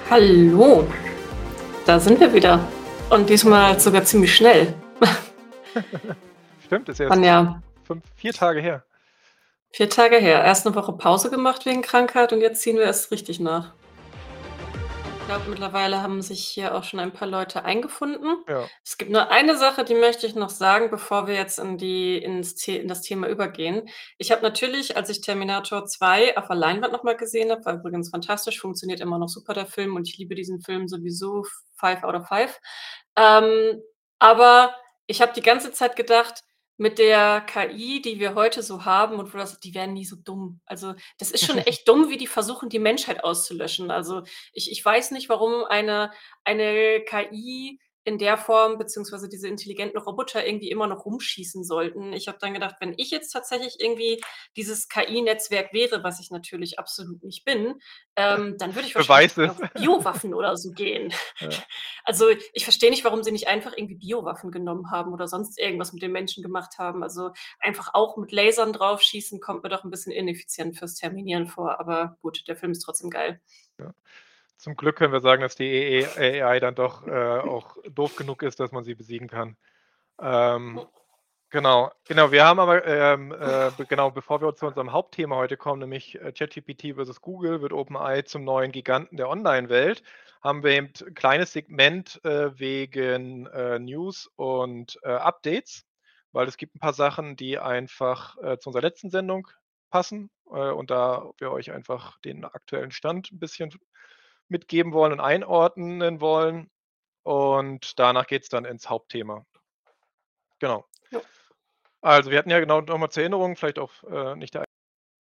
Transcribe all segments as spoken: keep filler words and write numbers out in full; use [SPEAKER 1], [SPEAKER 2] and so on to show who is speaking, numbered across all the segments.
[SPEAKER 1] Hallo, da sind wir wieder. Und diesmal sogar ziemlich schnell.
[SPEAKER 2] Stimmt, ist
[SPEAKER 1] Waren
[SPEAKER 2] erst
[SPEAKER 1] ja
[SPEAKER 2] fünf vier Tage her.
[SPEAKER 1] vier Tage her. Erst 'ne Woche Pause gemacht wegen Krankheit und jetzt ziehen wir erst richtig nach. Ich glaube, mittlerweile haben sich hier auch schon ein paar Leute eingefunden.
[SPEAKER 2] Ja.
[SPEAKER 1] Es gibt nur eine Sache, die möchte ich noch sagen, bevor wir jetzt in die ins The in das Thema übergehen. Ich habe natürlich, als ich Terminator zwei auf der Leinwand noch mal gesehen habe, war übrigens fantastisch, funktioniert immer noch super, der Film, und ich liebe diesen Film sowieso five out of five. Ähm, aber ich habe die ganze Zeit gedacht, mit der K I, die wir heute so haben und wo das die werden nie so dumm. Also, das ist schon echt dumm, wie die versuchen, die Menschheit auszulöschen. Also, ich ich weiß nicht, warum eine eine K I in der Form beziehungsweise diese intelligenten Roboter irgendwie immer noch rumschießen sollten. Ich habe dann gedacht, wenn ich jetzt tatsächlich irgendwie dieses K I-Netzwerk wäre, was ich natürlich absolut nicht bin, ähm, dann würde ich wahrscheinlich
[SPEAKER 2] Beweis
[SPEAKER 1] irgendwie
[SPEAKER 2] es.
[SPEAKER 1] auf Biowaffen oder so gehen.
[SPEAKER 2] Ja.
[SPEAKER 1] Also, ich verstehe nicht, warum sie nicht einfach irgendwie Biowaffen genommen haben oder sonst irgendwas mit den Menschen gemacht haben. Also, einfach auch mit Lasern draufschießen kommt mir doch 'n bisschen ineffizient fürs Terminieren vor, aber gut, der Film ist trotzdem geil.
[SPEAKER 2] Ja. Zum Glück können wir sagen, dass die E E A I dann doch, äh, auch doof genug ist, dass man sie besiegen kann. Ähm, genau. Genau, wir haben aber, ähm, äh, b genau, bevor wir zu unserem Hauptthema heute kommen, nämlich, äh, ChatGPT versus Google, wird OpenAI zum neuen Giganten der Online-Welt, haben wir eben 'n kleines Segment, äh, wegen, äh, News und, äh, Updates, weil es gibt 'n paar Sachen, die einfach, äh, zu unserer letzten Sendung passen, äh, und da wir euch einfach den aktuellen Stand 'n bisschen mitgeben wollen und einordnen wollen. Und danach geht's dann ins Hauptthema. Genau.
[SPEAKER 1] Jo.
[SPEAKER 2] Also, wir hatten ja genau noch mal zur Erinnerung, vielleicht auch, äh, nicht der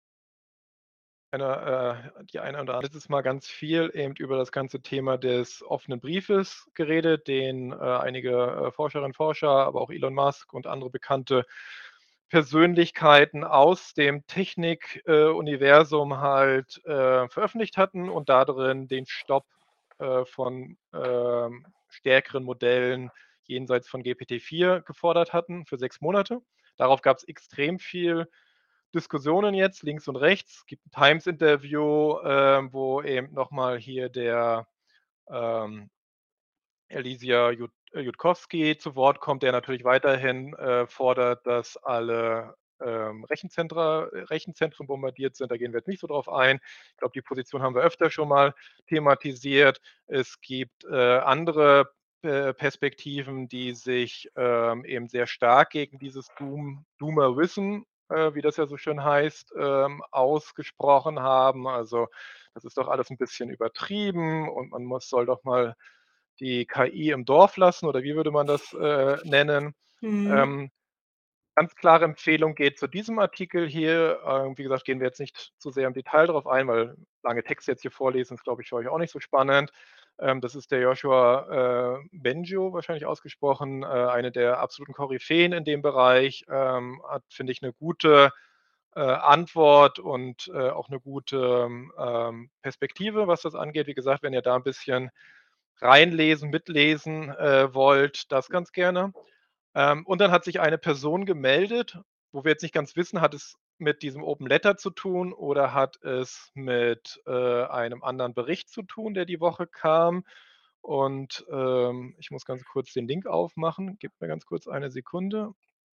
[SPEAKER 2] eine äh, die eine oder letztes Mal ganz viel eben über das ganze Thema des offenen Briefes geredet, den, äh, einige, äh, Forscherinnen, Forscher, aber auch Elon Musk und andere bekannte Persönlichkeiten aus dem Technik äh, Universum halt, äh, veröffentlicht hatten und da drin den Stopp, äh, von, ähm, stärkeren Modellen jenseits von GPT vier gefordert hatten für sechs Monate. Darauf gab's extrem viel Diskussionen jetzt links und rechts. Gibt 'n Times-Interview, ähm, wo eben noch mal hier der, ähm, Eliezer Jud Yudkowsky zu Wort kommt, der natürlich weiterhin, äh, fordert, dass alle, ähm, Rechenzentra Rechenzentren bombardiert sind. Da gehen wir jetzt nicht so drauf ein. Ich glaube, die Position haben wir öfter schon mal thematisiert. Es gibt, äh, andere, äh, Perspektiven, die sich, ähm, eben sehr stark gegen dieses Doom Doomerism, äh, wie das ja so schön heißt, ähm, ausgesprochen haben. Also, das ist doch alles 'n bisschen übertrieben und man muss soll doch mal die K I im Dorf lassen oder wie würde man das, äh, nennen?
[SPEAKER 1] Mhm.
[SPEAKER 2] Ähm, ganz klare Empfehlung geht zu diesem Artikel hier. Ähm, wie gesagt, gehen wir jetzt nicht zu sehr im Detail drauf ein, weil lange Texte jetzt hier vorlesen ist, glaube ich, für euch auch nicht so spannend. Ähm, das ist der Yoshua, äh, Bengio wahrscheinlich ausgesprochen, äh, eine der absoluten Koryphäen in dem Bereich, ähm, hat, finde ich, 'ne gute, äh, Antwort und, äh, auch 'ne gute, ähm, Perspektive, was das angeht. Wie gesagt, wenn ihr da 'n bisschen reinlesen, mitlesen, äh, wollt, das ganz gerne. Ähm, und dann hat sich eine Person gemeldet, wo wir jetzt nicht ganz wissen, hat es mit diesem Open Letter zu tun oder hat es mit, äh, einem anderen Bericht zu tun, der die Woche kam. Und, ähm, ich muss ganz kurz den Link aufmachen. Gebt mir ganz kurz eine Sekunde.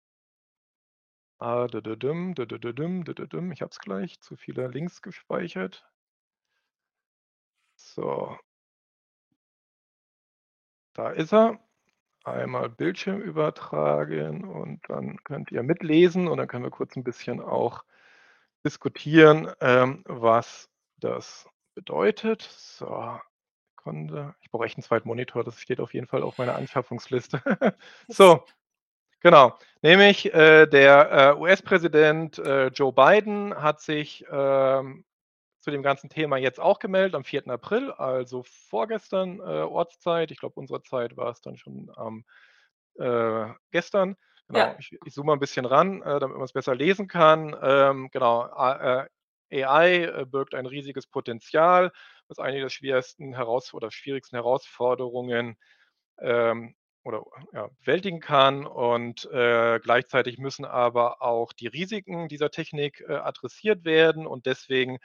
[SPEAKER 2] Ah, dü-dü-düm, dü-dü-dü-düm, dü-dü-düm. Ich habe es gleich, zu viele Links gespeichert. So. Da ist er. Einmal Bildschirm übertragen und dann könnt ihr mitlesen und dann können wir kurz 'n bisschen auch diskutieren, ähm, was das bedeutet. So, Sekunde. Ich brauche echt 'n zweiten Monitor, das steht auf jeden Fall auf meiner Anschaffungsliste.
[SPEAKER 1] Das
[SPEAKER 2] So, genau. Nämlich, äh, der, äh, US-Präsident, äh, Joe Biden hat sich, ähm, zu dem ganzen Thema jetzt auch gemeldet am vierten April, also vorgestern, äh, Ortszeit. Ich glaube, unsere Zeit war es dann schon am äh, gestern. Genau,
[SPEAKER 1] Ja.
[SPEAKER 2] ich ich zoome mal 'n bisschen ran, äh, damit man's besser lesen kann. Ähm, genau, A äh, A I, äh, birgt ein riesiges Potenzial, was einige der schwersten heraus oder schwierigsten Herausforderungen, ähm, oder, ja, bewältigen kann. Und, äh, gleichzeitig müssen aber auch die Risiken dieser Technik, äh, adressiert werden. Und deswegen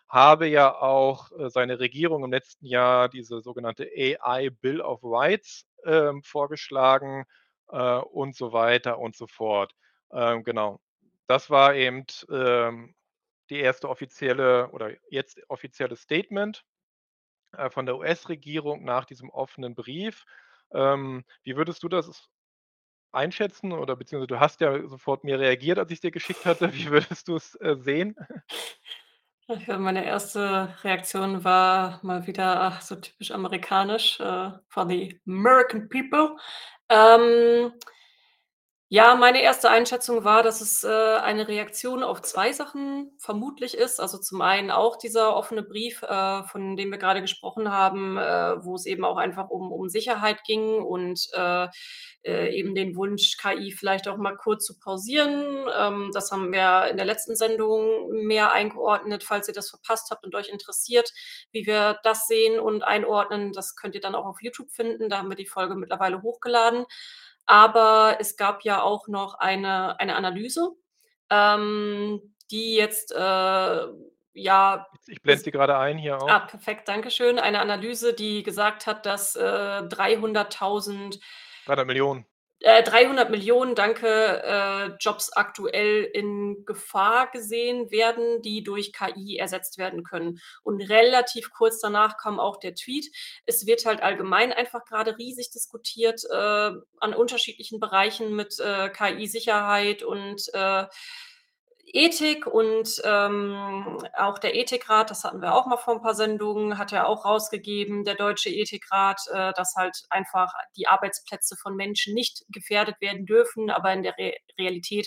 [SPEAKER 2] habe ja auch, äh, seine Regierung im letzten Jahr diese sogenannte A I Bill of Rights, ähm, vorgeschlagen, äh, und so weiter und so fort. Ähm, genau. Das war eben, ähm, die erste offizielle oder jetzt offizielle Statement, äh, von der U S-Regierung nach diesem offenen Brief. Ähm, wie würdest du das einschätzen oder beziehungsweise du hast ja sofort mir reagiert, als ich's dir geschickt hatte. Wie würdest du's, äh, sehen?
[SPEAKER 1] Ach ja, meine erste Reaktion war mal wieder, ach, so typisch amerikanisch, äh, for the American people. Ähm ja, meine erste Einschätzung war, dass es, äh, eine Reaktion auf zwei Sachen vermutlich ist. Also, zum einen auch dieser offene Brief, äh, von dem wir grade gesprochen haben, äh, wo es eben auch einfach um um Sicherheit ging und, äh, äh, eben den Wunsch, K I vielleicht auch mal kurz zu pausieren. Ähm, das haben wir in der letzten Sendung mehr eingeordnet. Falls ihr das verpasst habt und euch interessiert, wie wir das sehen und einordnen, das könnt ihr dann auch auf YouTube finden. Da haben wir die Folge mittlerweile hochgeladen. Aber es gab ja auch noch eine eine Analyse, ähm, die jetzt, äh, ja,
[SPEAKER 2] Ich blende
[SPEAKER 1] ges
[SPEAKER 2] sie grade ein hier
[SPEAKER 1] ah,
[SPEAKER 2] auch.
[SPEAKER 1] perfekt, danke schön. Eine Analyse, die gesagt hat, dass, äh, dreihunderttausend
[SPEAKER 2] dreihundert Millionen.
[SPEAKER 1] äh, dreihundert Millionen, danke, äh, Jobs aktuell in Gefahr gesehen werden, die durch K I ersetzt werden können. Und relativ kurz danach kam auch der Tweet. Es wird halt allgemein einfach grade riesig diskutiert, äh, an unterschiedlichen Bereichen mit, äh, K I-Sicherheit und, äh, Ethik und, ähm, auch der Ethikrat, das hatten wir auch mal vor 'n paar Sendungen, hat ja auch rausgegeben, der Deutsche Ethikrat, äh, dass halt einfach die Arbeitsplätze von Menschen nicht gefährdet werden dürfen. Aber in der Re Realität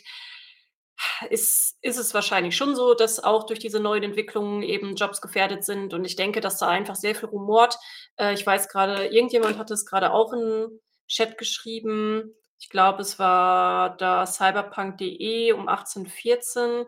[SPEAKER 1] ist ist es wahrscheinlich schon so, dass auch durch diese neuen Entwicklungen eben Jobs gefährdet sind. Und ich denke, dass da einfach sehr viel rumort. Äh, ich weiß grade, irgendjemand hat es grade auch in Chat geschrieben. Ich glaube, es war da cyberpunk.de um achtzehn vierzehn.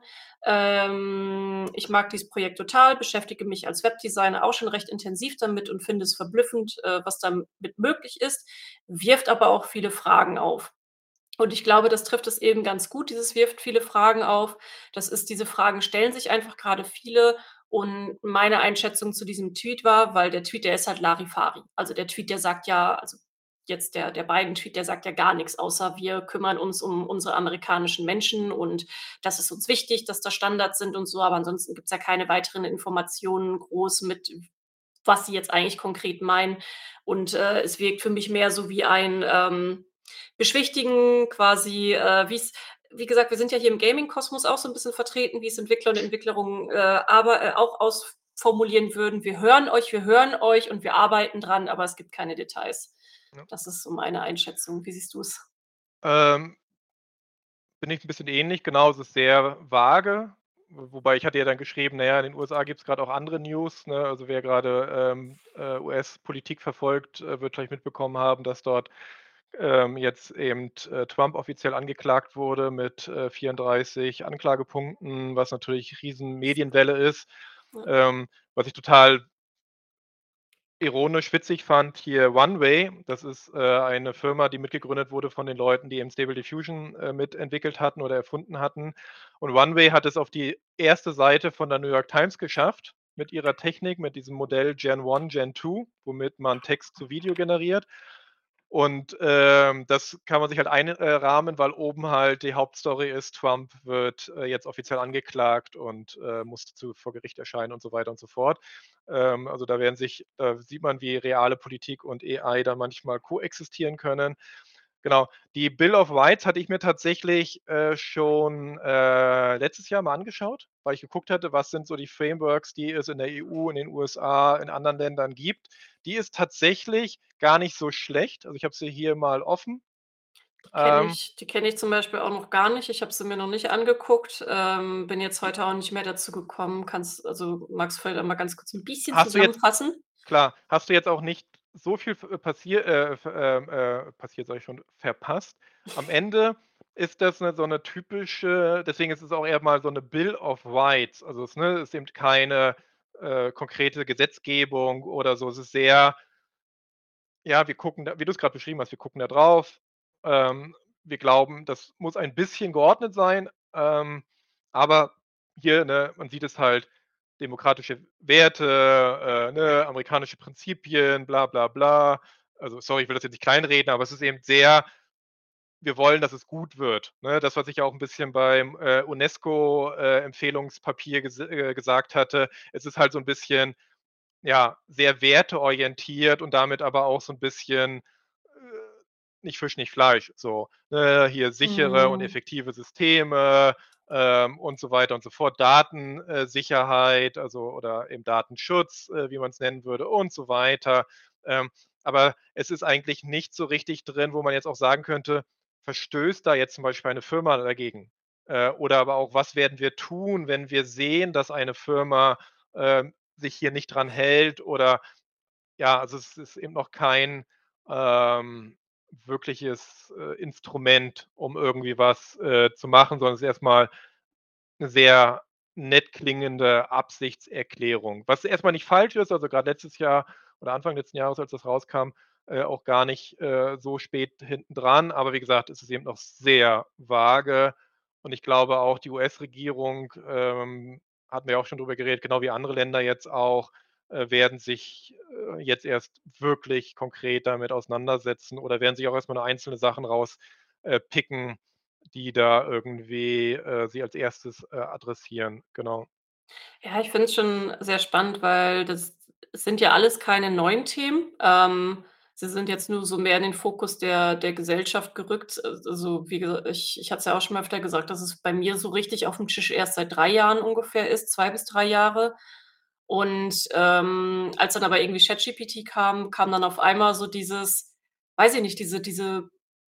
[SPEAKER 1] Ähm: „Ich mag dieses Projekt total, beschäftige mich als Webdesigner auch schon recht intensiv damit und finde es verblüffend, äh, was damit möglich ist, wirft aber auch viele Fragen auf.“ Und ich glaube, das trifft es eben ganz gut, dieses „wirft viele Fragen auf“. Das ist diese Fragen stellen sich einfach grade viele. Und meine Einschätzung zu diesem Tweet war weil der Tweet, der ist halt Larifari. Also, der Tweet, der sagt ja also, jetzt der der Biden-Tweet, der sagt ja gar nix, außer: „Wir kümmern uns um unsere amerikanischen Menschen und das ist uns wichtig, dass da Standards sind“ und so. Aber ansonsten gibt's ja keine weiteren Informationen groß mit, was sie jetzt eigentlich konkret meinen. Und, äh, es wirkt für mich mehr so wie ein, ähm, Beschwichtigen quasi, äh, wie's wie gesagt, wir sind ja hier im Gaming-Kosmos auch so 'n bisschen vertreten, wie's Entwickler und Entwicklerinnen, äh, aber äh, auch ausformulieren würden: „Wir hören euch, wir hören euch und wir arbeiten dran, aber es gibt keine Details.“
[SPEAKER 2] Ja.
[SPEAKER 1] Das ist so meine Einschätzung. Wie siehst du's?
[SPEAKER 2] Ähm bin ich 'n bisschen ähnlich. Genau, es ist sehr vage. W wobei ich hatte ja dann geschrieben: „Na ja, in den U S A gibt's grad auch andere News“, ne? Also, wer grade, ähm, äh, U S-Politik verfolgt, äh, wird vielleicht mitbekommen haben, dass dort, ähm, jetzt eben, äh, Trump offiziell angeklagt wurde mit, äh, vierunddreißig Anklagepunkten, was natürlich riesen Medienwelle ist.
[SPEAKER 1] Ja.
[SPEAKER 2] Ähm, was ich total ironisch witzig fand hier Oneway, das ist, äh, eine Firma, die mitgegründet wurde von den Leuten, die eben Stable Diffusion, äh, mitentwickelt hatten oder erfunden hatten. Und Oneway hat es auf die erste Seite von der New York Times geschafft mit ihrer Technik, mit diesem Modell Gen one, Gen two, womit man Text zu Video generiert. Und, ähm, das kann man sich halt ein äh, rahmen, weil oben halt die Hauptstory ist, Trump wird, äh, jetzt offiziell angeklagt und, äh, muss zu vor Gericht erscheinen und so weiter und so fort. Ähm, also, da werden sich da sieht man, wie reale Politik und A I da manchmal koexistieren können. Genau, die Bill of Rights hatte ich mir tatsächlich, äh, schon, äh, letztes Jahr mal angeschaut, weil ich geguckt hatte, was sind so die Frameworks, die es in der E U, in den U S A, in anderen Ländern gibt. Die ist tatsächlich gar nicht so schlecht. Also, ich habe sie hier mal offen.
[SPEAKER 1] Kenne
[SPEAKER 2] Ähm
[SPEAKER 1] ich die kenne ich zum Beispiel auch noch gar nicht. Ich habe sie mir noch nicht angeguckt, ähm, bin jetzt heute auch nicht mehr dazu gekommen. Kannst also, magst du vielleicht einmal ganz kurz 'n bisschen
[SPEAKER 2] Hast du jetzt
[SPEAKER 1] zusammenfassen?
[SPEAKER 2] klar, hast du jetzt auch nicht so viel f passier äh, f ähm, äh, passiert sage ich schon, verpasst. Am Ende ist das 'ne so 'ne typische deswegen ist es auch eher mal so 'ne Bill of Rights. Also, es ne, ist eben keine, äh, konkrete Gesetzgebung oder so. Es ist sehr ja, wir gucken da wie du's grad beschrieben hast, wir gucken da drauf. Ähm, wir glauben, das muss ein bisschen geordnet sein, ähm, aber hier, ne, man sieht es halt demokratische Werte, äh, ne, amerikanische Prinzipien, bla bla bla. Also, sorry, ich will das jetzt nicht kleinreden, aber es ist eben sehr wir wollen, dass es gut wird, ne? Das, was ich auch 'n bisschen beim, äh, UNESCO, äh, Empfehlungspapier ges äh, gesagt hatte. Es ist halt so 'n bisschen, ja, sehr werteorientiert und damit aber auch so 'n bisschen, äh, nicht Fisch, nicht Fleisch, so, ne? Hier sichere und
[SPEAKER 1] Mhm.
[SPEAKER 2] effektive Systeme, ähm, und so weiter und so fort. Daten äh, Sicherheit, also oder eben Datenschutz, äh, wie man's nennen würde und so weiter. Ähm, aber es ist eigentlich nicht so richtig drin, wo man jetzt auch sagen könnte: „Verstößt da jetzt zum Beispiel eine Firma dagegen?“ Äh, oder aber auch: „Was werden wir tun, wenn wir sehen, dass eine Firma, ähm, sich hier nicht dran hält?“ Oder ja, also es ist eben noch kein, ähm, wirkliches, äh, Instrument, um irgendwie was, äh, zu machen, sondern es ist erst mal 'ne sehr nett klingende Absichtserklärung. Was erst mal nicht falsch ist, also grad letztes Jahr oder Anfang letzten Jahres, als das rauskam, äh, auch gar nicht, äh, so spät hintendran. Aber wie gesagt, es ist eben noch sehr vage und ich glaube auch, die US-Regierung, ähm, hatten wir auch schon drüber geredet, genau wie andere Länder jetzt auch, äh, werden sich, äh, jetzt erst wirklich konkret damit auseinandersetzen oder werden sich auch erst mal nur einzelne Sachen raus äh, picken, die da irgendwie, äh, sie als erstes, äh, adressieren, genau.
[SPEAKER 1] Ja, ich finde es schon sehr spannend, weil das sind ja alles keine neuen Themen. Ähm, sie sind jetzt nur so mehr in den Fokus der der Gesellschaft gerückt. Äh, also, wie gesa ich ich hatte es ja auch schon mal öfter gesagt, dass es bei mir so richtig aufm Tisch erst seit drei Jahren ungefähr ist, zwei bis drei Jahre. Und, ähm, als dann aber irgendwie ChatGPT kam, kam dann auf einmal so dieses weiß ich nicht, diese diese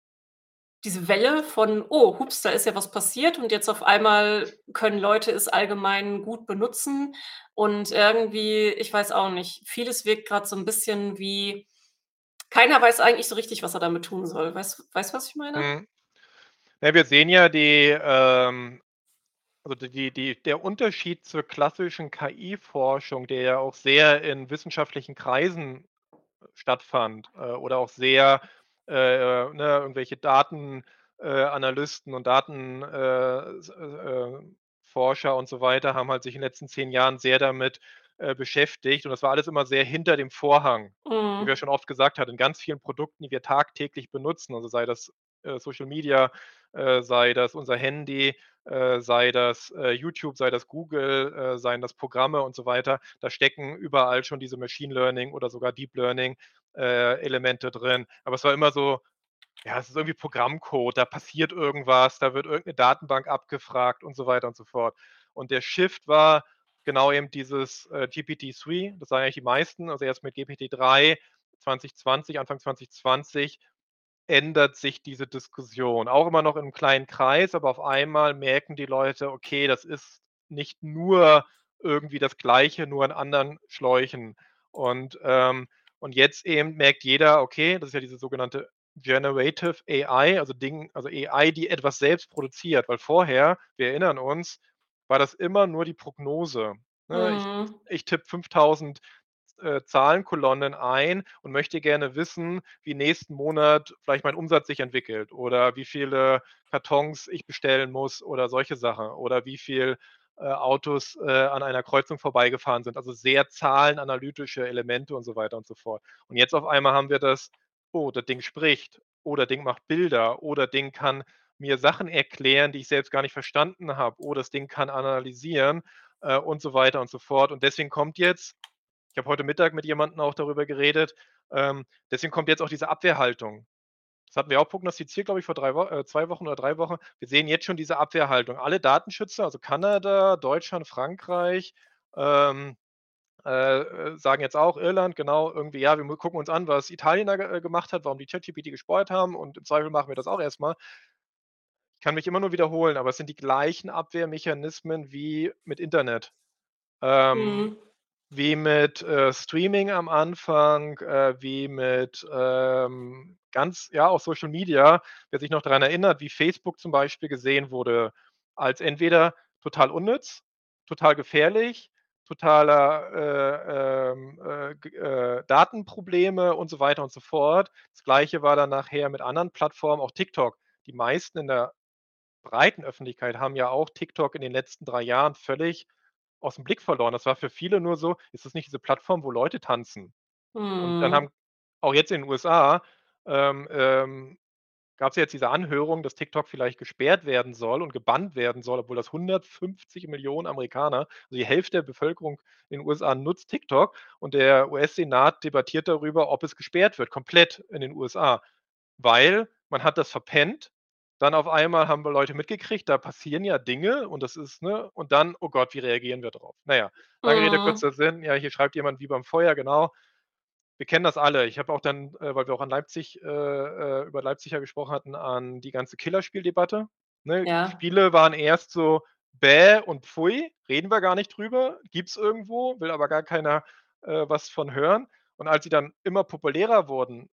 [SPEAKER 1] diese Welle von: „Oh, hups, da ist ja was passiert und jetzt auf einmal können Leute es allgemein gut benutzen.“ Und irgendwie, ich weiß auch nicht, vieles wirkt grad so 'n bisschen wie keiner weiß eigentlich so richtig, was er damit tun soll. Weißt weißt du, was ich meine?
[SPEAKER 2] Mhm. Ja, wir sehen ja die, ähm also die die der Unterschied zur klassischen KI-Forschung, der ja auch sehr in wissenschaftlichen Kreisen stattfand, äh, oder auch sehr, äh, ne, irgendwelche Daten äh, Analysten und Daten äh, s äh, Forscher und so weiter haben halt sich in den letzten zehn Jahren sehr damit, äh, beschäftigt und das war alles immer sehr hinter dem Vorhang. Wie wir
[SPEAKER 1] Mhm.
[SPEAKER 2] schon oft gesagt hatten, in ganz vielen Produkten, die wir tagtäglich benutzen, also sei das, äh, Social Media, äh, sei das unser Handy, äh, sei das, äh, YouTube, sei das Google, äh, seien das Programme und so weiter. Da stecken überall schon diese Machine Learning oder sogar Deep Learning, äh, Elemente drin. Aber es war immer so ja, es ist irgendwie Programmcode, da passiert irgendwas, da wird irgend 'ne Datenbank abgefragt und so weiter und so fort. Und der Shift war genau eben dieses, äh, GPT-3, das sagen eigentlich die meisten, also erst mit GPT-3 zwanzig zwanzig, Anfang zwanzig zwanzig ändert sich diese Diskussion. Auch immer noch in 'nem kleinen Kreis, aber auf einmal merken die Leute: „Okay, das ist nicht nur irgendwie das Gleiche, nur in anderen Schläuchen.“ Und, ähm und jetzt eben merkt jeder: „Okay, das ist ja diese sogenannte Generative AI, also Ding also AI, die etwas selbst produziert.“ Weil vorher, wir erinnern uns, war das immer nur die Prognose, ne? Ich
[SPEAKER 1] Mhm.
[SPEAKER 2] ich tippe fünftausend, äh, Zahlenkolonnen ein und möchte gerne wissen, wie nächsten Monat vielleicht mein Umsatz sich entwickelt oder wie viele Kartons ich bestellen muss oder solche Sachen oder wie viel, äh, Autos, äh, an einer Kreuzung vorbeigefahren sind. Also sehr zahlenanalytische Elemente und so weiter und so fort. Und jetzt auf einmal haben wir das: „Oh, das Ding spricht. Oh, das Ding macht Bilder. Oh, das Ding kann mir Sachen erklären, die ich selbst gar nicht verstanden habe. Oh, das Ding kann analysieren“, äh, und so weiter und so fort. Und deswegen kommt jetzt ich habe heute Mittag mit jemandem auch darüber geredet, ähm, deswegen kommt jetzt auch diese Abwehrhaltung. Das hatten wir auch prognostiziert, glaube ich, vor drei Wo äh, zwei Wochen oder drei Wochen. Wir sehen jetzt schon diese Abwehrhaltung. Alle Datenschützer, also Kanada, Deutschland, Frankreich, ähm, äh, äh, sagen jetzt auch Irland, genau, irgendwie: „Ja, wir mu gucken uns an, was Italien da ge äh, gemacht hat, warum die ChatGPT gesperrt haben und im Zweifel machen wir das auch erst mal.“ Ich kann mich immer nur wiederholen, aber es sind die gleichen Abwehrmechanismen wie mit Internet. Ähm,
[SPEAKER 1] Mhm.
[SPEAKER 2] wie mit, äh, Streaming am Anfang, äh, wie mit, ähm, ganz ja, auch Social Media. Wer sich noch daran erinnert, wie Facebook zum Beispiel gesehen wurde als entweder total unnütz, total gefährlich, totaler, äh, ähm, äh, g äh, Datenprobleme und so weiter und so fort. Das Gleiche war dann nachher mit anderen Plattformen, auch TikTok. Die meisten in der breiten Öffentlichkeit haben ja auch TikTok in den letzten drei Jahren völlig aus'm Blick verloren. Das war für viele nur so: „Ist das nicht diese Plattform, wo Leute tanzen?“ Und dann
[SPEAKER 1] Mhm.
[SPEAKER 2] haben auch jetzt in den U S A, ähm, ähm, gab's ja jetzt diese Anhörung, dass TikTok vielleicht gesperrt werden soll und gebannt werden soll, obwohl das hundertfünfzig Millionen Amerikaner, also die Hälfte der Bevölkerung in den U S A nutzt TikTok und der U S-Senat debattiert darüber, ob es gesperrt wird, komplett in den U S A. Weil man hat das verpennt, dann auf einmal haben wir Leute mitgekriegt, da passieren ja Dinge und das ist ne, und dann: „Oh Gott, wie reagieren wir drauf?“ Na ja, lange Rede,
[SPEAKER 1] Mhm.
[SPEAKER 2] kurzer Sinn. Ja, hier schreibt jemand: „Wie beim Feuer“, genau. Wir kennen das alle. Ich habe auch dann, äh, weil wir auch an Leipzig äh, äh, über Leipzig ja gesprochen hatten, an die ganze Killerspiel-Debatte, ne?
[SPEAKER 1] Ja.
[SPEAKER 2] Spiele waren erst so: „Bäh und pfui, reden wir gar nicht drüber, gibt's irgendwo, will aber gar keiner, äh, was von hören.“ Und als sie dann immer populärer wurden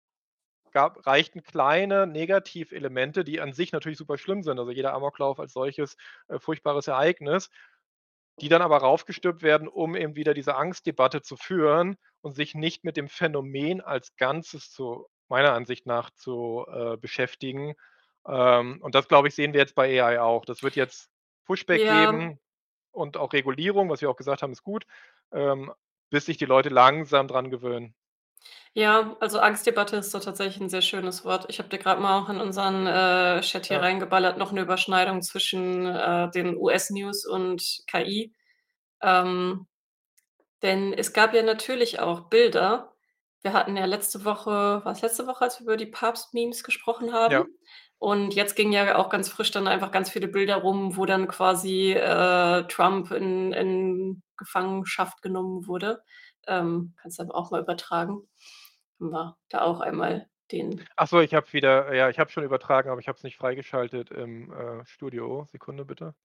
[SPEAKER 2] gab reichten kleine Negativelemente, die an sich natürlich super schlimm sind. Also, jeder Amoklauf als solches, äh, furchtbares Ereignis, die dann aber raufgestülpt werden, um eben wieder diese Angstdebatte zu führen und sich nicht mit dem Phänomen als Ganzes zu meiner Ansicht nach zu, äh, beschäftigen. Ähm, und das, glaube ich, sehen wir jetzt bei AI auch. Das wird jetzt Pushback
[SPEAKER 1] Ja.
[SPEAKER 2] geben und auch Regulierung, was wir auch gesagt haben, ist gut, ähm, bis sich die Leute langsam dran gewöhnen.
[SPEAKER 1] Ja, also Angstdebatte ist da tatsächlich 'n sehr schönes Wort. Ich habe dir grad mal auch in unseren, äh, Chat hier
[SPEAKER 2] Ja.
[SPEAKER 1] reingeballert, noch 'ne Überschneidung zwischen, äh, den US-News und K I. Ähm, denn es gab ja natürlich auch Bilder. Wir hatten ja letzte Woche war's letzte Woche, als wir über die Papst-Memes gesprochen
[SPEAKER 2] Ja.
[SPEAKER 1] haben? Und jetzt gingen ja auch ganz frisch dann einfach ganz viele Bilder rum, wo dann quasi, äh, Trump in in Gefangenschaft genommen wurde. Ähm, kannst du aber auch mal übertragen. Haben wir da auch einmal den
[SPEAKER 2] Ach so, ich habe wieder ja, ich habe schon übertragen, aber ich habe es nicht freigeschaltet im, äh, Studio. Sekunde bitte.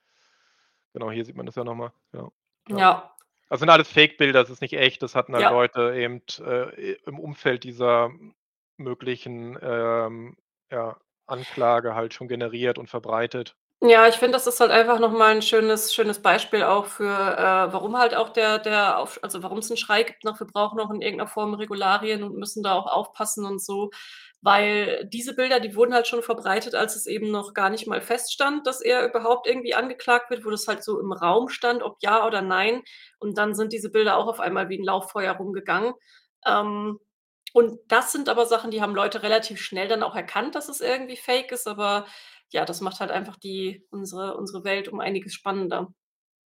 [SPEAKER 2] Genau, hier sieht man das ja noch mal. Ja, ja.
[SPEAKER 1] Ja.
[SPEAKER 2] Das sind alles Fake-Bilder, das ist nicht echt. Das hatten halt
[SPEAKER 1] Ja.
[SPEAKER 2] Leute eben, äh, i im Umfeld dieser möglichen, ähm, ja, Anklage halt schon generiert und verbreitet.
[SPEAKER 1] Ja, ich finde, das ist halt einfach noch mal 'n schönes schönes Beispiel auch für, äh, warum halt auch der der Auf also warum's 'n Schrei gibt nach: „Wir brauchen auch in irgend 'ner Form Regularien und müssen da auch aufpassen“ und so. Weil diese Bilder, die wurden halt schon verbreitet, als es eben noch gar nicht mal feststand, dass er überhaupt irgendwie angeklagt wird, wo das halt so im Raum stand, ob ja oder nein. Und dann sind diese Bilder auch auf einmal wie 'n Lauffeuer rumgegangen. Ähm, und das sind aber Sachen, die haben Leute relativ schnell dann auch erkannt, dass es irgendwie fake ist, aber ja, das macht halt einfach die unsere unsere Welt um einiges spannender.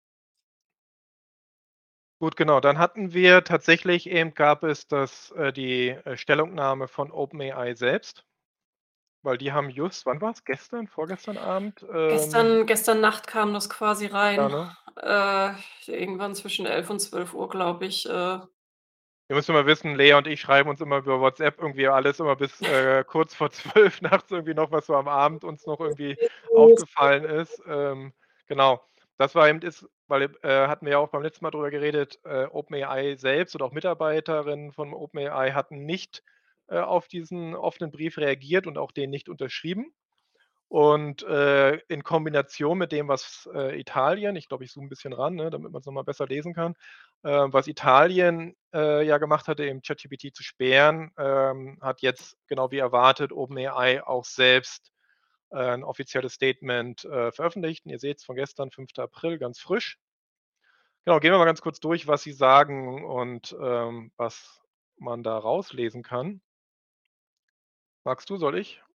[SPEAKER 2] Gut, genau. Dann hatten wir tatsächlich eben gab es das äh, die, äh, Stellungnahme von OpenAI selbst. Weil die haben just wann war's? Gestern, vorgestern Abend, ähm
[SPEAKER 1] Gestern gestern Nacht kam das quasi
[SPEAKER 2] Ja,
[SPEAKER 1] rein.
[SPEAKER 2] ne?
[SPEAKER 1] Äh, irgendwann zwischen elf und zwölf Uhr, glaube ich, äh
[SPEAKER 2] Ihr müsst immer wissen, Lea und ich schreiben uns immer über WhatsApp irgendwie alles immer bis, äh, kurz vor zwölf nachts irgendwie noch, was so am Abend uns noch irgendwie aufgefallen ist. Ähm, genau. Das war eben das weil, äh, hatten wir ja auch beim letzten Mal drüber geredet, äh, OpenAI selbst oder auch Mitarbeiterinnen von OpenAI hatten nicht, äh, auf diesen offenen Brief reagiert und auch den nicht unterschrieben. Und, äh, in Kombination mit dem, was, äh, Italien ich glaube, ich zoome 'n bisschen ran, ne, damit man's noch mal besser lesen kann. Äh, was Italien, äh, ja gemacht hatte, eben ChatGPT zu sperren, ähm, hat jetzt genau wie erwartet OpenAI auch selbst, äh, 'n offizielles Statement, äh, veröffentlicht. Und ihr seht's von gestern, fünfter April, ganz frisch. Genau, gehen wir mal ganz kurz durch, was sie sagen und, ähm, was man da rauslesen kann. Magst du, soll ich?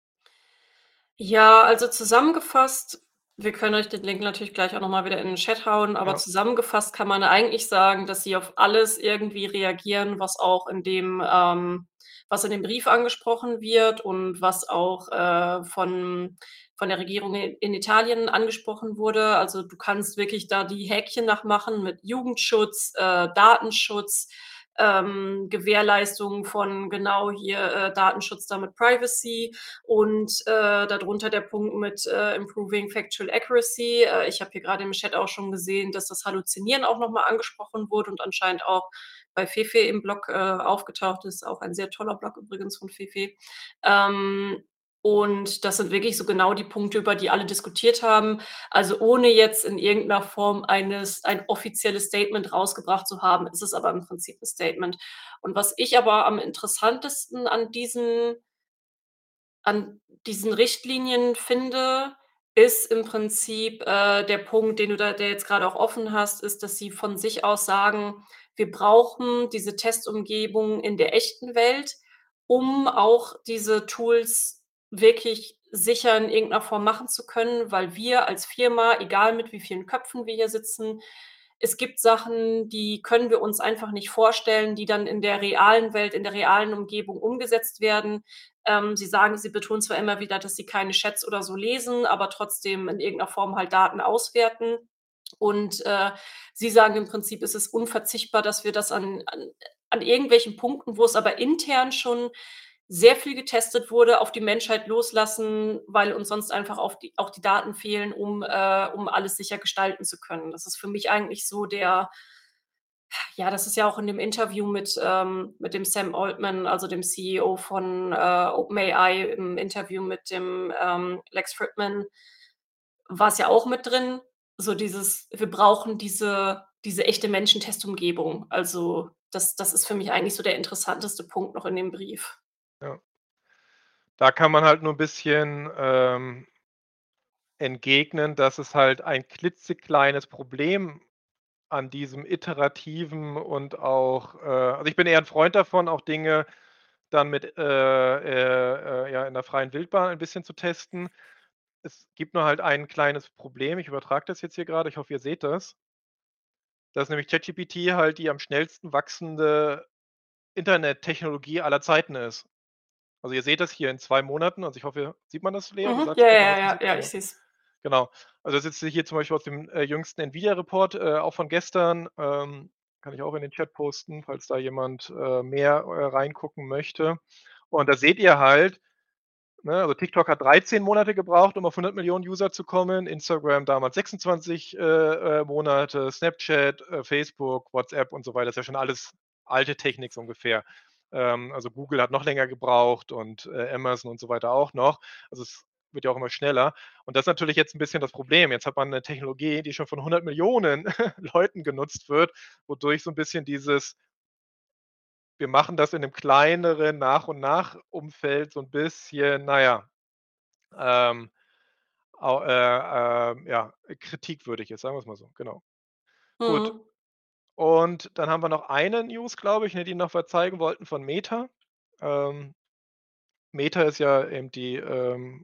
[SPEAKER 1] Ja, also zusammengefasst wir können euch den Link natürlich gleich auch noch mal wieder in den Chat hauen, aber
[SPEAKER 2] Ja.
[SPEAKER 1] zusammengefasst kann man eigentlich sagen, dass sie auf alles irgendwie reagieren, was auch in dem ähm, was in dem Brief angesprochen wird und was auch, äh, von von der Regierung i in Italien angesprochen wurde. Also, du kannst wirklich da die Häkchen nachmachen mit Jugendschutz, äh, Datenschutz, ähm, Gewährleistung von genau hier, äh, Datenschutz da mit Privacy und, äh, dadrunter der Punkt mit, äh, improving factual accuracy. Äh, ich habe hier grade im Chat auch schon gesehen, dass das Halluzinieren auch noch mal angesprochen wurde und anscheinend auch bei Fefe im Blog, äh, aufgetaucht ist. Auch ein sehr toller Blog übrigens von Fefe. Ähm, und das sind wirklich so genau die Punkte, über die alle diskutiert haben. Also, ohne jetzt in irgend 'ner Form eines ein offizielles Statement rausgebracht zu haben, ist es aber im Prinzip 'n Statement. Und was ich aber am interessantesten an diesen an diesen Richtlinien finde, ist im Prinzip, äh, der Punkt, den du da der jetzt grade auch offen hast, ist, dass sie von sich aus sagen: „Wir brauchen diese Testumgebung in der echten Welt, um auch diese Tools wirklich sicher in irgend 'ner Form machen zu können, weil wir als Firma, egal mit wie vielen Köpfen wir hier sitzen es gibt Sachen, die können wir uns einfach nicht vorstellen, die dann in der realen Welt, in der realen Umgebung umgesetzt werden.“ Ähm, sie sagen sie betonen zwar immer wieder, dass sie keine Chats oder so lesen, aber trotzdem in irgend 'ner Form halt Daten auswerten. Und, äh, sie sagen im Prinzip, es ist unverzichtbar, dass wir das an an an irgendwelchen Punkten, wo es aber intern schon sehr viel getestet wurde, auf die Menschheit loslassen, weil uns sonst einfach auf die auch die Daten fehlen, um äh, um alles sicher gestalten zu können. Das ist für mich eigentlich so der ja, das ist ja auch in dem Interview mit ähm, mit dem Sam Altman, also dem CEO von, äh, OpenAI im Interview mit dem, ähm, Lex Fridman war's ja auch mit drin, so dieses wir brauchen diese diese echte Menschen-Testumgebung. Also, das das ist für mich eigentlich so der interessanteste Punkt noch in dem Brief.
[SPEAKER 2] Ja. Da kann man halt nur 'n bisschen, ähm entgegnen, dass es halt ein klitzekleines Problem an diesem iterativen und auch äh, also, ich bin eher 'n Freund davon, auch Dinge dann mit, äh, äh, äh, ja, in der freien Wildbahn ein bisschen zu testen. Es gibt nur halt ein kleines Problem. Ich übertrage das jetzt hier grade, ich hoffe, ihr seht das. Dass nämlich ChatGPT halt die am schnellsten wachsende Internettechnologie aller Zeiten ist. Also, ihr seht das hier in zwei Monaten, also, ich hoffe sieht man das, Lea? Du
[SPEAKER 1] Mhm.
[SPEAKER 2] sagst
[SPEAKER 1] Ja,
[SPEAKER 2] grad,
[SPEAKER 1] ja,
[SPEAKER 2] was du
[SPEAKER 1] ja,
[SPEAKER 2] siehst?
[SPEAKER 1] ja, ich
[SPEAKER 2] Genau.
[SPEAKER 1] sehe es.
[SPEAKER 2] Genau. Also, das ist hier zum Beispiel aus dem, äh, jüngsten Nvidia-Report, äh, auch von gestern, ähm, kann ich auch in den Chat posten, falls da jemand, äh, mehr, äh, reingucken möchte. Und da seht ihr halt, ne, also, TikTok hat dreizehn Monate gebraucht, um auf hundert Millionen User zu kommen, Instagram damals sechsundzwanzig, äh, äh, Monate, Snapchat, äh, Facebook, WhatsApp und so weiter. Ist ja schon alles alte Technik so ungefähr. Ähm, also, Google hat noch länger gebraucht und, äh, Amazon und so weiter auch noch. Also, es wird ja auch immer schneller. Und das ist natürlich jetzt 'n bisschen das Problem. Jetzt hat man 'ne Technologie, die schon von hundert Millionen Leuten genutzt wird, wodurch so 'n bisschen dieses wir machen das in 'nem kleineren Nach-und-nach-Umfeld so 'n bisschen, na ja, ähm, au äh, ähm, ja, kritikwürdig ist, sagen wir's mal so, genau. Gut.
[SPEAKER 1] Mhm.
[SPEAKER 2] Und dann haben wir noch eine News, glaube ich, ne, die noch was zeigen wollten von Meta. Ähm, Meta ist ja eben die, ähm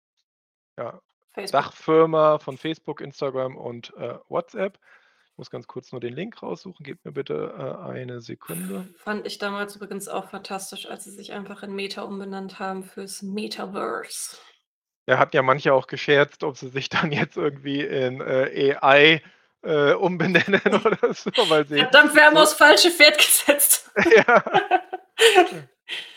[SPEAKER 2] ja,
[SPEAKER 1] Facebook.
[SPEAKER 2] Dachfirma von Facebook, Instagram und, äh, WhatsApp. Ich muss ganz kurz nur den Link raussuchen. Gebt mir bitte, äh, eine Sekunde.
[SPEAKER 1] Fand ich damals übrigens auch fantastisch, als sie sich einfach in Meta umbenannt haben fürs Metaverse.
[SPEAKER 2] Ja, hatten ja manche auch gescherzt, ob sie sich dann jetzt irgendwie in, äh, AI, äh, umbenennen oder so, weil sie
[SPEAKER 1] Verdammt, wir haben
[SPEAKER 2] so
[SPEAKER 1] aufs falsche Pferd gesetzt.
[SPEAKER 2] Ja. Ja.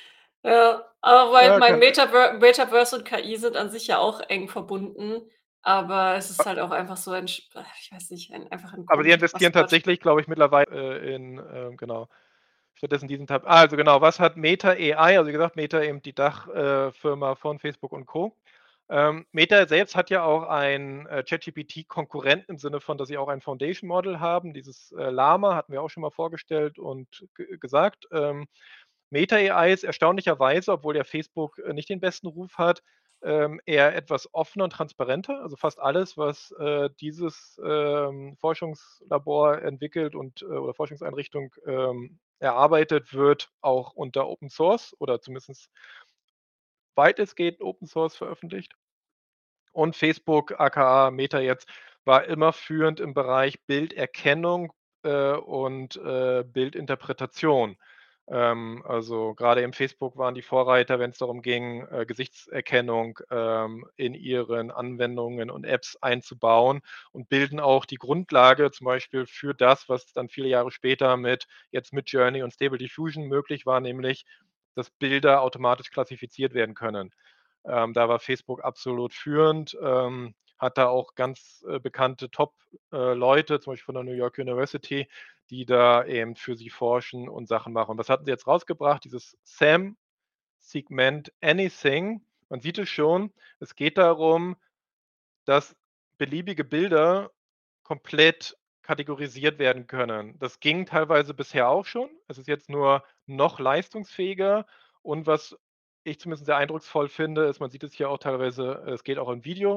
[SPEAKER 1] Ja, aber weil
[SPEAKER 2] Ja,
[SPEAKER 1] mein
[SPEAKER 2] kann
[SPEAKER 1] Metaver Metaverse und K I sind an sich ja auch eng verbunden, aber es ist
[SPEAKER 2] A
[SPEAKER 1] halt auch einfach so ein sch ich weiß nicht, ein einfach 'n
[SPEAKER 2] Aber die
[SPEAKER 1] komisches
[SPEAKER 2] investieren
[SPEAKER 1] Buzzword.
[SPEAKER 2] tatsächlich, glaube ich, mittlerweile, äh, in, ähm, genau stattdessen diesen Tab also, genau, was hat Meta AI? Also, wie gesagt, Meta eben die Dach äh, Firma von Facebook und Co. Ähm, Meta selbst hat ja auch ein, äh, ChatGPT-Konkurrenten im Sinne von, dass sie auch ein Foundation Model haben. Dieses, äh, Llama hatten wir auch schon mal vorgestellt und ge gesagt. Ähm, Meta AI ist erstaunlicherweise, obwohl ja Facebook, äh, nicht den besten Ruf hat, ähm, eher etwas offener und transparenter. Also, fast alles, was, äh, dieses, ähm, Forschungslabor entwickelt und, äh oder Forschungseinrichtung, ähm, erarbeitet, wird auch unter Open Source oder zumindest weitestgehend Open Source veröffentlicht. Und Facebook, aka Meta jetzt, war immer führend im Bereich Bilderkennung, äh, und, äh, Bildinterpretation. Ähm, also, grade im Facebook waren die Vorreiter, wenn's darum ging, äh, Gesichtserkennung, ähm, in ihren Anwendungen und Apps einzubauen und bilden auch die Grundlage zum Beispiel für das, was dann viele Jahre später mit jetzt Midjourney und Stable Diffusion möglich war, nämlich, dass Bilder automatisch klassifiziert werden können. Ähm, da war Facebook absolut führend, ähm, hat da auch ganz, äh, bekannte Top äh, Leute, zum Beispiel von der New York University, die da eben für sie forschen und Sachen machen. Und was hatten sie jetzt rausgebracht? Dieses SAM, Segment Anything. Man sieht es schon, es geht darum, dass beliebige Bilder komplett kategorisiert werden können. Das ging teilweise bisher auch schon. Es ist jetzt nur noch leistungsfähiger und was ich zumindest sehr eindrucksvoll finde, ist, man sieht es hier auch teilweise, es geht auch in Video,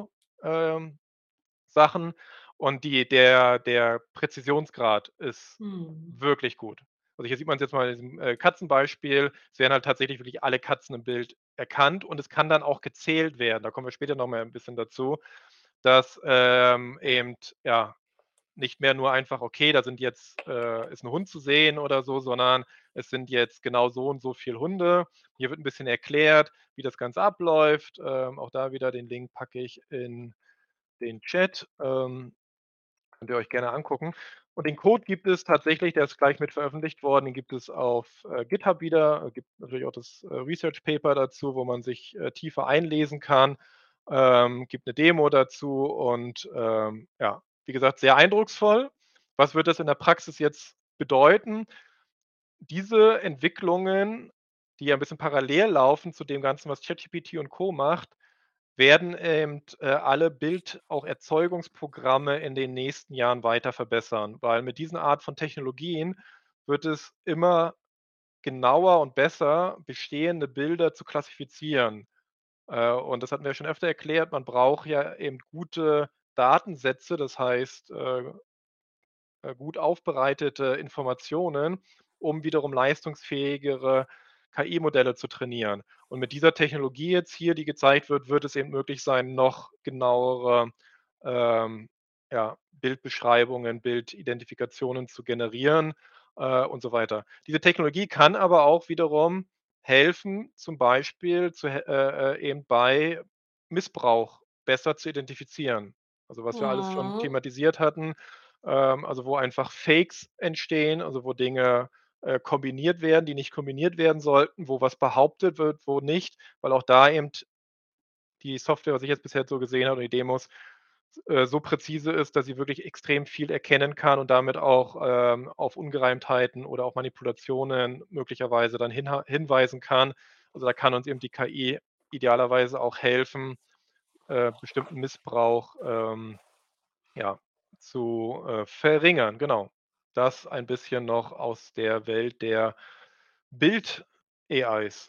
[SPEAKER 2] ähm, Sachen und die der der Präzisionsgrad ist
[SPEAKER 1] Mhm.
[SPEAKER 2] wirklich gut. Also, hier sieht man's jetzt mal in diesem, äh, Katzenbeispiel. Es werden halt tatsächlich wirklich alle Katzen im Bild erkannt und es kann dann auch gezählt werden. Da kommen wir später noch mal 'n bisschen dazu, dass, ähm, eben, ja, nicht mehr nur einfach: „Okay, da sind jetzt äh, ist 'n Hund zu sehen oder so“, sondern es sind jetzt genau so und so viel Hunde. Hier wird 'n bisschen erklärt, wie das Ganze abläuft. Ähm, auch da wieder den Link packe ich in den Chat. Ähm, könnt ihr euch gerne angucken. Und den Code gibt es tatsächlich, der ist gleich mit veröffentlicht worden, den gibt es auf, äh, GitHub wieder. Gibt natürlich auch das, äh, Research Paper dazu, wo man sich, äh, tiefer einlesen kann. Ähm, gibt 'ne Demo dazu und, ähm, ja, wie gesagt, sehr eindrucksvoll. Was wird das in der Praxis jetzt bedeuten? Diese Entwicklungen, die ja 'n bisschen parallel laufen zu dem Ganzen, was ChatGPT und Co. macht, werden eben, äh, alle Bild auch Erzeugungsprogramme in den nächsten Jahren weiter verbessern, weil mit diesen Art von Technologien wird es immer genauer und besser, bestehende Bilder zu klassifizieren. Äh, und das hatten wir ja schon öfter erklärt, man braucht ja eben gute Datensätze, das heißt, äh äh, gut aufbereitete Informationen, um wiederum leistungsfähigere K I-Modelle zu trainieren. Und mit dieser Technologie jetzt hier, die gezeigt wird, wird es eben möglich sein, noch genauere, ähm, ja, Bildbeschreibungen, Bildidentifikationen zu generieren, äh, und so weiter. Diese Technologie kann aber auch wiederum helfen, zum Beispiel zu he äh, äh, eben bei Missbrauch besser zu identifizieren. Also, was wir alles schon
[SPEAKER 1] Mhm.
[SPEAKER 2] thematisiert hatten, ähm, also, wo einfach Fakes entstehen, also, wo Dinge, äh, kombiniert werden, die nicht kombiniert werden sollten, wo was behauptet wird, wo nicht, weil auch da eben die Software, was ich jetzt bisher so gesehen habe, oder die Demos, äh, so präzise ist, dass sie wirklich extrem viel erkennen kann und damit auch, ähm, auf Ungereimtheiten oder auch Manipulationen möglicherweise dann hinha hinweisen kann. Also, da kann uns eben die K I idealerweise auch helfen, äh, bestimmten Missbrauch, ähm, ja, zu, äh, verringern, genau. Das ein bisschen noch aus der Welt der Bild-AIs.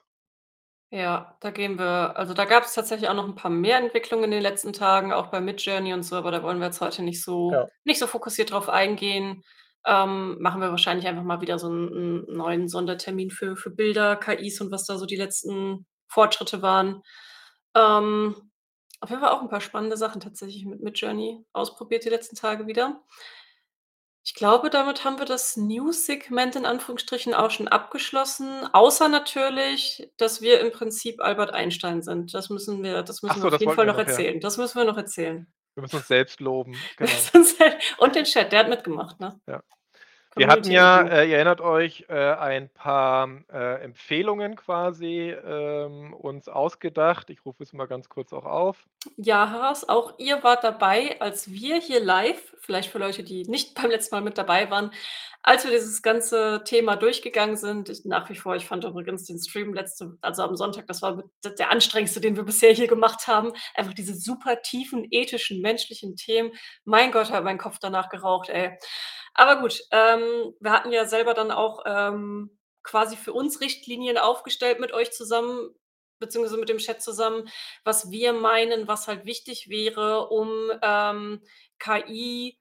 [SPEAKER 1] Ja, da gehen wir also, da gab's tatsächlich auch noch 'n paar mehr Entwicklungen in den letzten Tagen, auch bei Midjourney und so, aber da wollen wir jetzt heute nicht so
[SPEAKER 2] Ja.
[SPEAKER 1] nicht so fokussiert drauf eingehen. Ähm, machen wir wahrscheinlich einfach mal wieder so 'n 'n neuen Sondertermin für für Bilder, K Is und was da so die letzten Fortschritte waren. Ähm, auf jeden Fall auch 'n paar spannende Sachen tatsächlich mit Midjourney ausprobiert die letzten Tage wieder. Ich glaube, damit haben wir das News-Segment in Anführungsstrichen auch schon abgeschlossen, außer natürlich, dass wir im Prinzip Albert Einstein sind. Das müssen wir das
[SPEAKER 2] Ach
[SPEAKER 1] müssen wir
[SPEAKER 2] so,
[SPEAKER 1] auf
[SPEAKER 2] das
[SPEAKER 1] jeden
[SPEAKER 2] wollten
[SPEAKER 1] Fall
[SPEAKER 2] wir
[SPEAKER 1] noch
[SPEAKER 2] noch, ja.
[SPEAKER 1] erzählen. Das müssen wir noch erzählen.
[SPEAKER 2] Wir müssen uns selbst loben, genau.
[SPEAKER 1] Und den Chat, der hat mitgemacht, ne?
[SPEAKER 2] Ja. Wir hatten
[SPEAKER 1] Community
[SPEAKER 2] ja,
[SPEAKER 1] Review.
[SPEAKER 2] äh, ihr erinnert euch, äh, ein paar, äh, Empfehlungen quasi, ähm, uns ausgedacht. Ich rufe es mal ganz kurz auch auf.
[SPEAKER 1] Ja, Haras, auch ihr wart dabei, als wir hier live vielleicht für Leute, die nicht beim letzten Mal mit dabei waren, als wir dieses ganze Thema durchgegangen sind. Ich nach wie vor ich fand übrigens den Stream letzte also, am Sonntag, das war mit d der anstrengendste, den wir bisher hier gemacht haben. Einfach diese super tiefen, ethischen, menschlichen Themen. Mein Gott, hat mein Kopf danach geraucht, ey. Aber gut, ähm, wir hatten ja selber dann auch, ähm, quasi für uns Richtlinien aufgestellt mit euch zusammen, beziehungsweise mit dem Chat zusammen, was wir meinen, was halt wichtig wäre, um, ähm, K I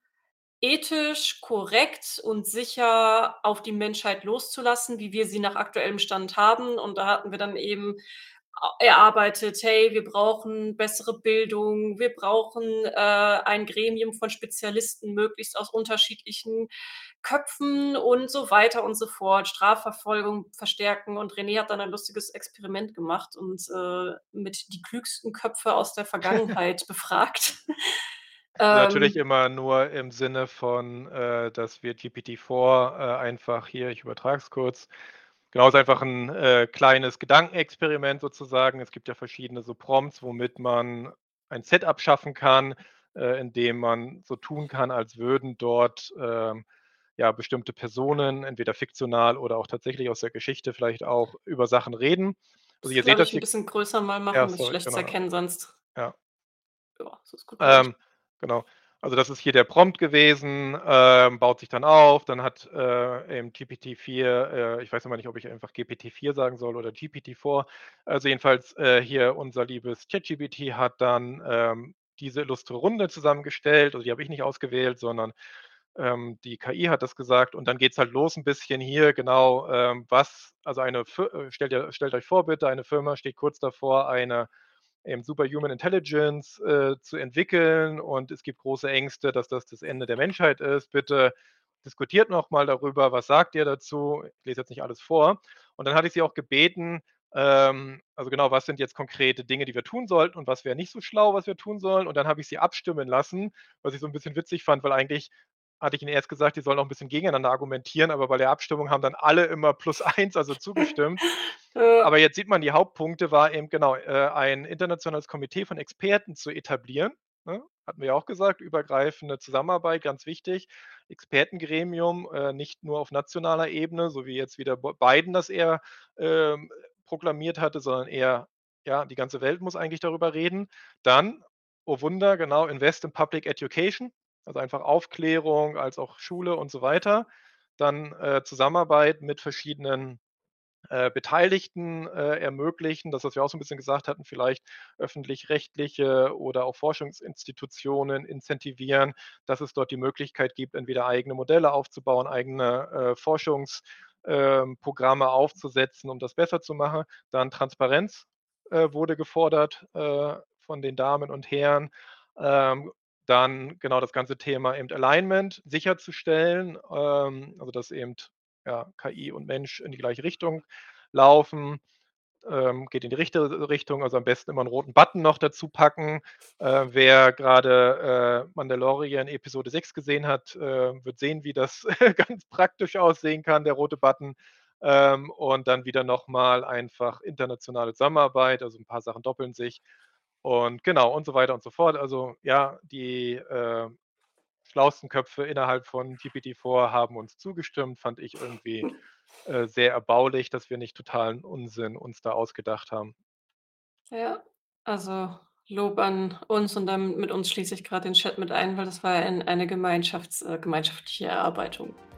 [SPEAKER 1] ethisch korrekt und sicher auf die Menschheit loszulassen, wie wir sie nach aktuellem Stand haben. Und da hatten wir dann eben a erarbeitet: „Hey, wir brauchen bessere Bildung, wir brauchen, äh, ein Gremium von Spezialisten, möglichst aus unterschiedlichen Köpfen“ und so weiter und so fort. Strafverfolgung verstärken und René hat dann ein lustiges Experiment gemacht und, äh, mit die klügsten Köpfe aus der Vergangenheit befragt.
[SPEAKER 2] Natürlich
[SPEAKER 1] Ähm
[SPEAKER 2] immer nur im Sinne von, äh, dass wir GPT-4, äh, einfach hier ich übertrage es kurz. Genau, ist einfach 'n, äh, kleines Gedankenexperiment sozusagen. Es gibt ja verschiedene so Prompts, womit man ein Setup schaffen kann, äh, indem man so tun kann, als würden dort, ähm, ja, bestimmte Personen, entweder fiktional oder auch tatsächlich aus der Geschichte vielleicht auch über Sachen reden. Also,
[SPEAKER 1] Das
[SPEAKER 2] ihr seht
[SPEAKER 1] glaube
[SPEAKER 2] das
[SPEAKER 1] ich 'n
[SPEAKER 2] hier
[SPEAKER 1] bisschen größer mal
[SPEAKER 2] ja,
[SPEAKER 1] machen, ist
[SPEAKER 2] sorry,
[SPEAKER 1] schlecht zu
[SPEAKER 2] genau.
[SPEAKER 1] erkennen sonst.
[SPEAKER 2] Ja.
[SPEAKER 1] Ja, so ist gut, glaube ich.
[SPEAKER 2] Ähm, genau. Also, das ist hier der Prompt gewesen, ähm, baut sich dann auf, dann hat, äh, eben GPT-4 äh, ich weiß immer nicht, ob ich einfach GPT-4 sagen soll oder GPT-4. Also, jedenfalls, äh, hier unser liebes ChatGPT hat dann, ähm diese illustre Runde zusammengestellt. Also, die habe ich nicht ausgewählt, sondern, ähm, die K I hat das gesagt. Und dann geht's halt los 'n bisschen hier, genau, ähm, was also, eine Fir äh, stellt ihr stellt euch vor bitte, eine Firma steht kurz davor, eine, ähm, Superhuman Intelligence, äh, zu entwickeln und es gibt große Ängste, dass das das Ende der Menschheit ist. Bitte diskutiert noch mal darüber. Was sagt ihr dazu? Ich lese jetzt nicht alles vor. Und dann hatte ich sie auch gebeten, ähm also, genau, was sind jetzt konkrete Dinge, die wir tun sollten und was wäre nicht so schlau, was wir tun sollen? Und dann habe ich sie abstimmen lassen, was ich so 'n bisschen witzig fand, weil eigentlich hatte ich ihnen erst gesagt, die sollen auch 'n bisschen gegeneinander argumentieren, aber bei der Abstimmung haben dann alle immer plus eins, also, zugestimmt.
[SPEAKER 1] Ja.
[SPEAKER 2] Aber jetzt sieht man, die Hauptpunkte war eben genau, äh, ein internationales Komitee von Experten zu etablieren, ne? Hatten wir ja auch gesagt, übergreifende Zusammenarbeit, ganz wichtig. Expertengremium, äh, nicht nur auf nationaler Ebene, so wie jetzt wieder Bo Biden das eher, ähm, proklamiert hatte, sondern eher, ja, die ganze Welt muss eigentlich darüber reden. Dann, oh Wunder, genau, Invest in Public Education, also, einfach Aufklärung als auch Schule und so weiter. Dann, äh, Zusammenarbeit mit verschiedenen, äh, Beteiligten, äh, ermöglichen. Das, was wir auch so 'n bisschen gesagt hatten, vielleicht öffentlich-rechtliche oder auch Forschungsinstitutionen incentivieren, dass es dort die Möglichkeit gibt, entweder eigene Modelle aufzubauen, eigene, äh, Forschungs ähm, Programme aufzusetzen, um das besser zu machen. Dann Transparenz, äh, wurde gefordert, äh, von den Damen und Herren. Ähm, dann genau das ganze Thema eben Alignment sicherzustellen, ähm, also, dass eben, ja, K I und Mensch in die gleiche Richtung laufen. Ähm, geht in die richtige Richtung, also, am besten immer 'n roten Button noch dazu packen. Äh, wer grade, äh, Mandalorian Episode sechs gesehen hat, äh, wird sehen, wie das ganz praktisch aussehen kann, der rote Button. Ähm, und dann wieder noch mal einfach internationale Zusammenarbeit, also, 'n paar Sachen doppeln sich. Und genau und so weiter und so fort. Also, ja, die, äh, schlauesten Köpfe innerhalb von GPT vier haben uns zugestimmt, fand ich irgendwie, äh, sehr erbaulich, dass wir nicht totalen Unsinn uns da ausgedacht haben.
[SPEAKER 1] Ja, also, Lob an uns und dann mit uns schließe ich grad den Chat mit ein, weil das war ja ein eine Gemeinschafts äh, gemeinschaftliche Erarbeitung.